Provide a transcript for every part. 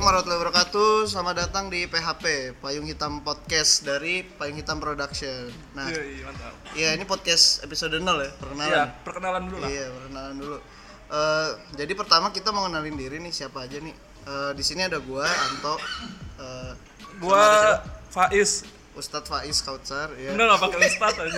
Assalamualaikum warahmatullahi wabarakatuh. Selamat datang di PHP, Payung Hitam Podcast dari Payung Hitam Production. Nah, iya mantap. Iya, ini podcast episode 0 ya, perkenalan. Iya, perkenalan dulu lah. Iya, perkenalan dulu. Jadi pertama kita mau kenalin diri nih, siapa aja nih. Di sini ada gua, Anto. Gua Faiz. Ustadz Faiz Kautsar. Ya. Enggak pakai Ustadz aja.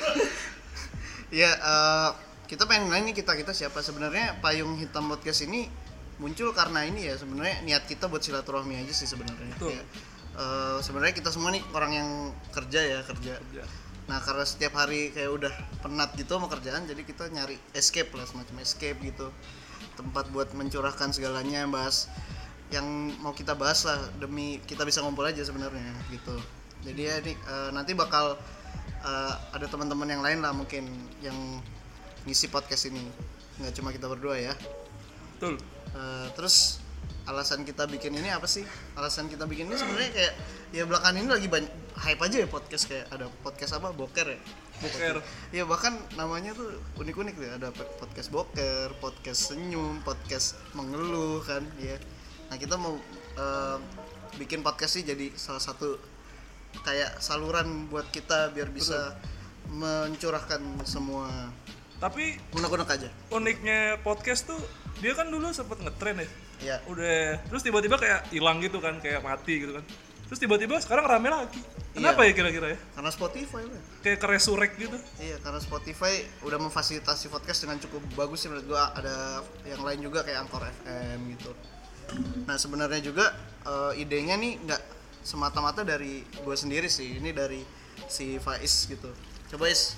Iya, kita pengen nanya nih kita siapa. Sebenarnya Payung Hitam Podcast ini muncul karena ini ya, sebenarnya niat kita buat silaturahmi aja sih sebenarnya. Ya. Sebenarnya kita semua nih orang yang kerja. Nah, karena setiap hari kayak udah penat gitu sama kerjaan, jadi kita nyari escape lah, semacam escape gitu. Tempat buat mencurahkan segalanya, bahas yang mau kita bahas lah, demi kita bisa ngumpul aja sebenarnya gitu. Jadi ya nih, nanti bakal ada teman-teman yang lain lah mungkin yang ngisi podcast ini, nggak cuma kita berdua ya. Betul. Terus alasan kita bikin ini apa sih? Alasan kita bikin ini sebenarnya kayak ya belakangan ini lagi banyak hype aja ya podcast, kayak ada podcast apa, boker ya? Boker. Ya bahkan namanya tuh unik-unik deh, ada podcast boker, podcast senyum, podcast mengeluh kan ya. Nah, kita mau bikin podcast sih jadi salah satu kayak saluran buat kita biar bisa mencurahkan semua. Tapi unek-unek aja. Uniknya podcast tuh dia kan dulu sempet ngetren ya. Iya. Udah terus tiba-tiba kayak hilang gitu kan, kayak mati gitu kan. Terus tiba-tiba sekarang rame lagi. Kenapa ya kira-kira ya? Karena Spotify lah. Kayak keresurek gitu. Iya, karena Spotify udah memfasilitasi podcast dengan cukup bagus sih menurut gua. Ada yang lain juga kayak Anchor FM gitu. Nah, sebenarnya juga idenya nih nggak semata-mata dari gua sendiri sih. Ini dari si Faiz gitu. Coba Is,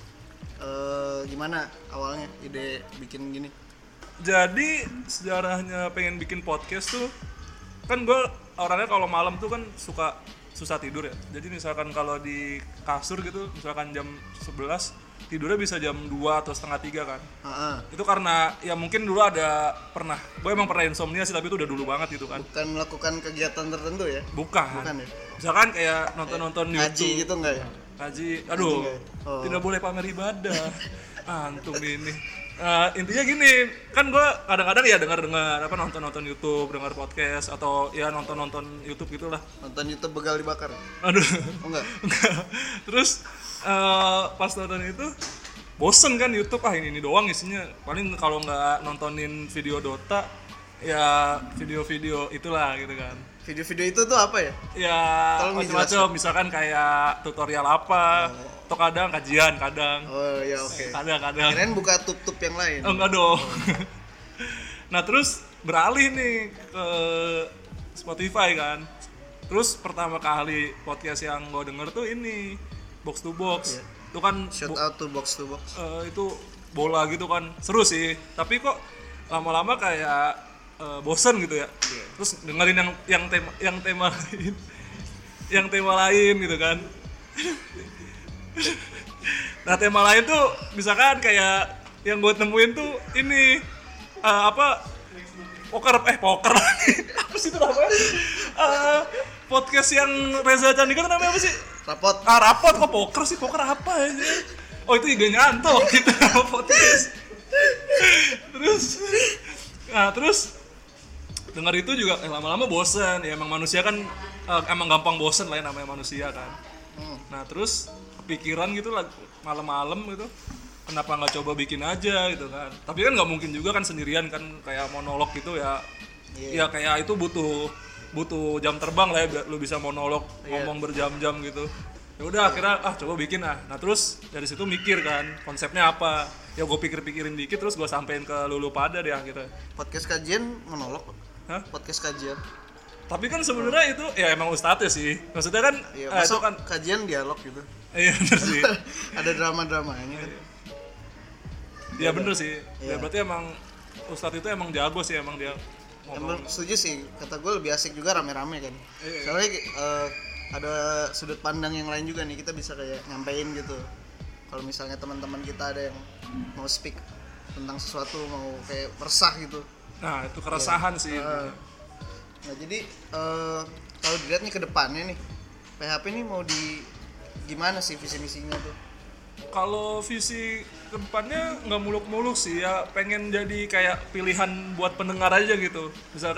gimana awalnya ide bikin gini? Jadi sejarahnya pengen bikin podcast tuh, kan gue orangnya kalau malam tuh kan suka susah tidur ya. Jadi misalkan kalau di kasur gitu, misalkan jam 11 tidurnya bisa jam 2 atau setengah 3 kan. Itu karena ya mungkin dulu gue emang pernah insomnia sih, tapi itu udah dulu banget gitu kan. Bukan melakukan kegiatan tertentu ya? Bukan ya? Misalkan kayak nonton YouTube. Ngaji gitu enggak ya? Ngaji, aduh, tidak boleh pamer ibadah. Antum ini. Intinya gini, kan gue kadang-kadang ya dengar nonton YouTube, dengar podcast, atau ya nonton YouTube gitulah. Nonton YouTube begal dibakar. Aduh. Oh, enggak. Terus pas nonton itu bosen kan YouTube, ini doang isinya. Paling kalau nggak nontonin video Dota, ya video-video itulah gitu kan. Video-video itu tuh apa ya? Ya macam-macam, misalkan kayak tutorial apa, atau kadang kajian, kadang. Oh ya, oke. Kadang. Kirain buka tutup yang lain. Oh, enggak dong. Nah, terus beralih nih ke Spotify kan. Terus pertama kali podcast yang gue denger tuh ini Box to Box. Yeah. Itu kan shout out to Box to Box. Itu bola gitu kan, seru sih. Tapi kok lama-lama kayak bosen gitu ya. Yeah. Terus dengerin yang tema lain. Yang tema lain gitu kan. Nah, tema lain tuh misalkan kayak yang gue temuin tuh ini poker apa sih itu namanya? Podcast yang Reza Candika tuh namanya apa sih? Rapot kok poker sih? Poker apa aja? Oh, itu IG-nya Anto gitu, podcast. Terus dengar itu juga lama-lama bosen ya, emang manusia kan emang gampang bosen lah ya, namanya manusia kan. Nah, terus kepikiran gitu lah malam-malam gitu, kenapa nggak coba bikin aja gitu kan. Tapi kan nggak mungkin juga kan sendirian kan, kayak monolog gitu ya. Ya kayak itu butuh jam terbang lah ya biar lu bisa monolog, ngomong berjam-jam gitu. Ya udah akhirnya coba bikin. Nah, terus dari situ mikir kan konsepnya apa. Ya gue pikir-pikirin dikit, terus gue sampein ke lulu pada deh akhirnya. Podcast kajian monolog. Hah? Podcast kajian. Tapi kan sebenarnya itu ya emang ustadznya sih. Maksudnya kan itu kan kajian dialog gitu. Iya, bener sih. Ada drama-dramanya kan. Iya, bener sih. Ya berarti emang ustadz itu emang jago sih, emang dia ngomong. Emang setuju sih. Kata gue lebih asik juga rame-rame kan. Soalnya ada sudut pandang yang lain juga nih, kita bisa kayak nyampein gitu. Kalau misalnya teman-teman kita ada yang mau speak tentang sesuatu, mau kayak resah gitu. Nah, itu keresahan sih. Nah, jadi kalau dilihat nih ke depannya nih, PHP ini mau gimana sih visi misinya tuh? Kalau visi kedepannya nggak muluk-muluk sih ya, pengen jadi kayak pilihan buat pendengar aja gitu. Misalkan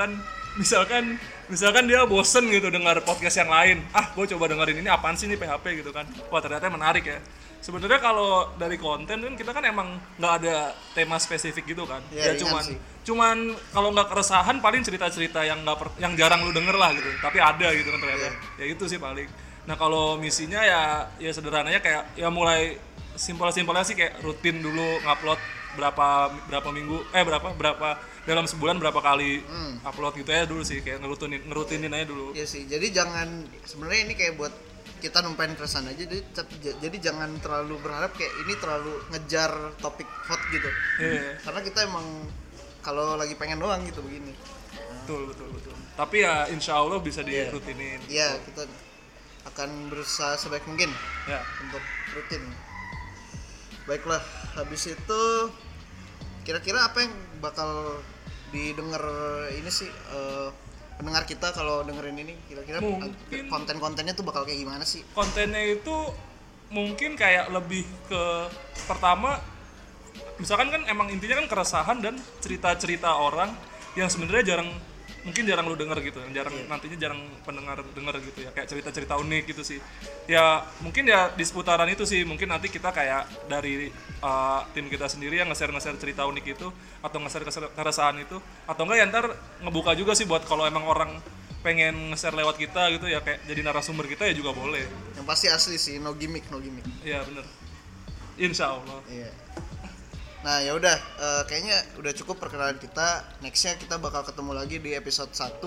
misalkan dia bosen gitu dengar podcast yang lain, gue coba dengerin ini apaan sih ini PHP gitu kan, wah ternyata menarik ya. Sebenarnya kalau dari konten kan kita kan emang nggak ada tema spesifik gitu kan, ya cuman kalau nggak keresahan paling cerita-cerita yang yang jarang lu denger lah gitu, tapi ada gitu kan ternyata, ya itu sih paling. Nah kalau misinya ya sederhananya kayak ya mulai simpel-simpelnya sih kayak rutin dulu ngupload berapa minggu berapa dalam sebulan berapa kali upload gitu ya dulu sih, kayak ngerutinin aja dulu. Iya sih, jadi jangan, sebenarnya ini kayak buat kita numpain keresahan aja, jadi jangan terlalu berharap kayak ini terlalu ngejar topik hot gitu. Karena kita emang kalau lagi pengen doang gitu begini. Betul. Tapi ya insya Allah bisa dirutinin. Iya, kita akan berusaha sebaik mungkin untuk rutin. Baiklah, habis itu kira-kira apa yang bakal didengar ini sih pendengar kita kalau dengerin ini, kira-kira konten-kontennya tuh bakal kayak gimana sih? Kontennya itu mungkin kayak lebih ke pertama, misalkan kan emang intinya kan keresahan dan cerita-cerita orang yang sebenarnya jarang lu denger gitu, nantinya jarang pendengar denger gitu ya, kayak cerita-cerita unik gitu sih. Ya mungkin ya di seputaran itu sih, mungkin nanti kita kayak dari tim kita sendiri yang nge-share cerita unik itu atau nge-share keresahan itu, atau enggak ya ntar ngebuka juga sih buat kalau emang orang pengen nge-share lewat kita gitu ya, kayak jadi narasumber kita ya juga boleh. Yang pasti asli sih, no gimmick. Iya bener, insya Allah. Iya. Nah ya udah, kayaknya udah cukup perkenalan kita. Nextnya kita bakal ketemu lagi di episode 1.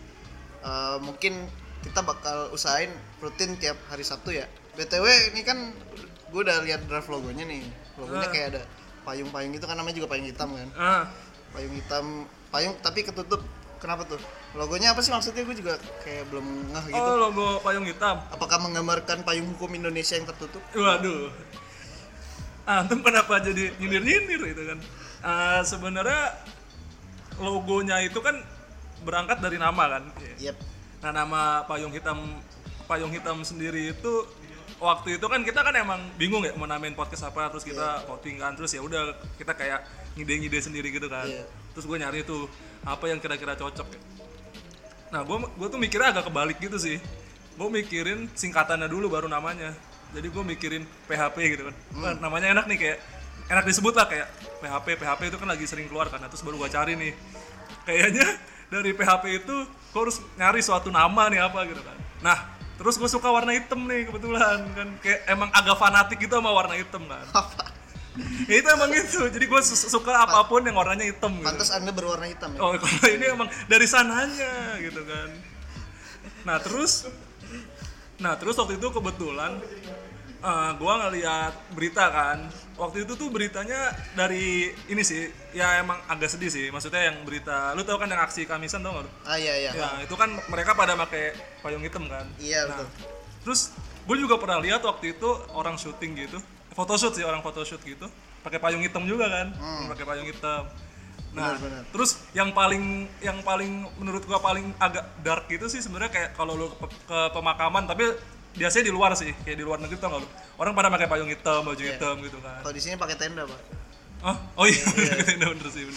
Mungkin kita bakal usahain rutin tiap hari Sabtu ya. BTW ini kan gue udah lihat draft logonya nih. Logonya kayak ada payung-payung gitu kan, namanya juga payung hitam kan. Payung hitam, tapi ketutup. Kenapa tuh? Logonya apa sih maksudnya? Gue juga kayak belum ngeh gitu. Oh, logo payung hitam. Apakah menggambarkan payung hukum Indonesia yang tertutup? Waduh. Antum kenapa jadi nyindir gitu kan? Sebenarnya logonya itu kan berangkat dari nama kan. Yep. Nah, nama payung hitam sendiri itu waktu itu kan kita kan emang bingung ya mau namain podcast apa, terus kita voting kan, terus ya udah kita kayak ngide sendiri gitu kan. Terus gue nyari tuh apa yang kira-kira cocok ya. Nah, gue tuh mikirnya agak kebalik gitu sih. Gue mikirin singkatannya dulu baru namanya. Jadi gue mikirin PHP gitu kan, namanya enak nih, kayak enak disebut lah, kayak PHP itu kan lagi sering keluar kan. Terus baru gue cari nih, kayaknya dari PHP itu gue harus nyari suatu nama nih apa gitu kan. Nah terus gue suka warna hitam nih kebetulan kan, kayak emang agak fanatik gitu sama warna hitam kan. Ya itu emang gitu, jadi gue suka apapun yang warnanya hitam gitu. Pantas Anda berwarna hitam ya? Oh kalau ini emang dari sananya gitu kan. Nah terus waktu itu kebetulan gue ngeliat berita kan. Waktu itu tuh beritanya dari ini sih, ya emang agak sedih sih. Maksudnya yang berita, lu tau kan yang aksi Kamisan tau gak lu? Iya. Ya itu kan mereka pada pakai payung hitam kan. Iya betul. Terus gue juga pernah lihat waktu itu orang syuting gitu, orang photoshoot gitu, pakai payung hitam juga kan, pakai payung hitam. Nah, bener. Terus yang paling menurut gua paling agak dark gitu sih sebenarnya kayak kalau lu ke pemakaman, tapi biasanya di luar sih, kayak di luar negeri tau gak lu? Orang pada pakai payung hitam, baju hitam gitu kan. Kalau di sini pakai tenda, Pak. Oh iya, tenda bener sih.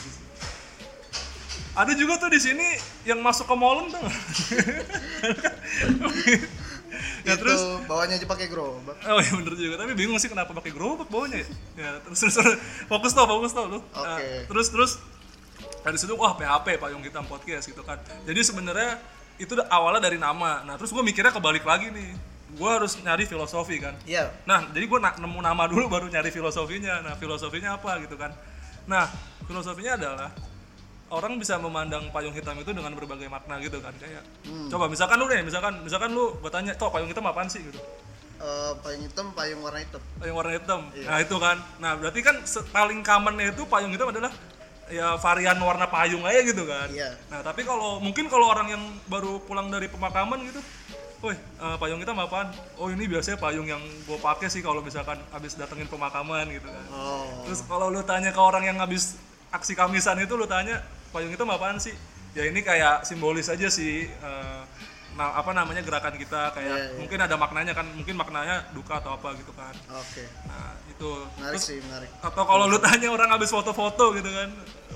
Ada juga tuh di sini yang masuk ke molen tuh. Ya itu terus bawahnya aja pakai gerobak. Oh iya bener juga, tapi bingung sih kenapa pakai gerobak bawahnya ya. Ya terus fokus tuh lu. Okay. Terus dari situ wah PHP payung hitam podcast gitu kan. Jadi sebenarnya itu awalnya dari nama. Nah terus gue mikirnya kebalik lagi nih, gue harus nyari filosofi kan. Iya. Nah jadi gue nemu nama dulu baru nyari filosofinya. Nah filosofinya apa gitu kan. Nah filosofinya adalah orang bisa memandang payung hitam itu dengan berbagai makna gitu kan, kayak coba misalkan lu gue tanya, toh payung hitam apaan sih gitu. Payung hitam, payung warna hitam. Iya. Nah itu kan, nah berarti kan paling commonnya itu payung hitam adalah ya varian warna payung aja gitu kan. Iya. Nah tapi kalau orang yang baru pulang dari pemakaman gitu, woi payung hitam apaan? Oh ini biasanya payung yang gue pakai sih kalau misalkan abis datengin pemakaman gitu kan. Terus kalau lu tanya ke orang yang abis aksi Kamisan itu, lu tanya payung hitam apaan sih? Ya ini kayak simbolis aja sih, gerakan kita kayak mungkin ada maknanya kan, mungkin maknanya duka atau apa gitu kan. Oke. Nah itu menarik. Atau kalau lu tanya orang habis foto-foto gitu kan,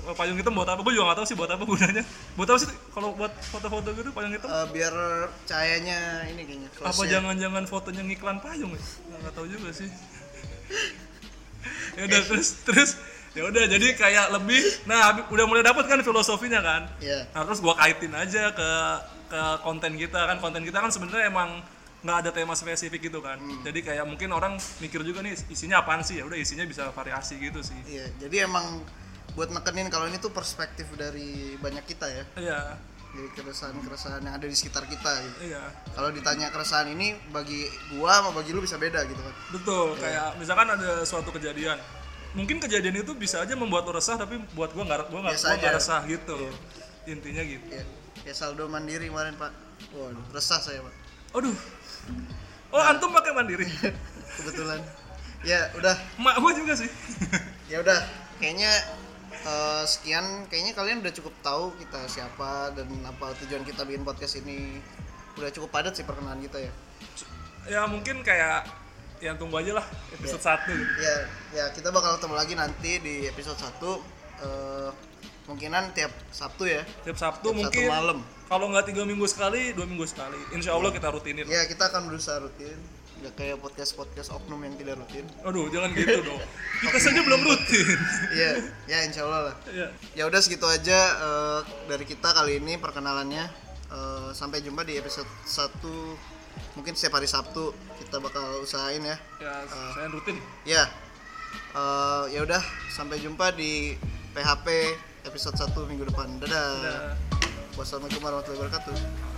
payung hitam buat apa? Gue juga nggak tahu sih buat apa gunanya. Buat apa sih kalau buat foto-foto gitu payung hitam? Biar cahayanya ini kayaknya. Apa jangan-jangan fotonya ngiklan payung ya? Nggak tahu juga sih. Ya udah terus ya udah jadi kayak lebih, nah udah mulai dapet kan filosofinya kan. Iya. Nah terus gua kaitin aja ke konten kita kan sebenarnya emang nggak ada tema spesifik gitu kan. Jadi kayak mungkin orang mikir juga nih isinya apaan sih, ya udah isinya bisa variasi gitu sih. Iya, jadi emang buat nekenin kalau ini tuh perspektif dari banyak kita ya. Iya. Dari keresahan yang ada di sekitar kita gitu. Iya. Kalau ditanya keresahan ini bagi gua sama bagi lu bisa beda gitu kan. Betul, kayak misalkan ada suatu kejadian. Mungkin kejadian itu bisa aja membuat lo resah, tapi buat gua nggak resah gitu. Iya. Intinya gitu. Iya. Ya saldo mandiri kemarin, Pak. Waduh, resah saya, Pak. Aduh. Oh, antum pakai mandiri. Kebetulan. Ya, udah. Mak gua juga sih. Ya udah, kayaknya sekian, kayaknya kalian udah cukup tahu kita siapa dan apa tujuan kita bikin podcast ini. Udah cukup padat sih perkenalan kita ya. Ya mungkin kayak yang tunggu aja lah episode 1 gitu. Ya kita bakal ketemu lagi nanti di episode 1. Mungkinan tiap Sabtu ya. Tiap Sabtu tiap mungkin. Sabtu malam. Kalau nggak 3 minggu sekali, 2 minggu sekali. Insya Allah kita rutinin. Ya kita akan berusaha rutin. Nggak kayak podcast oknum yang tidak rutin. Aduh, jangan gitu dong. Kita saja belum rutin. Iya, ya insya Allah lah. Iya. Ya udah segitu aja dari kita kali ini perkenalannya. Sampai jumpa di episode 1. Mungkin setiap hari Sabtu kita bakal usahain ya. Ya, saya rutin. Ya. Ya udah, sampai jumpa di PHP episode 1 minggu depan. Dadah. Wassalamualaikum warahmatullahi wabarakatuh.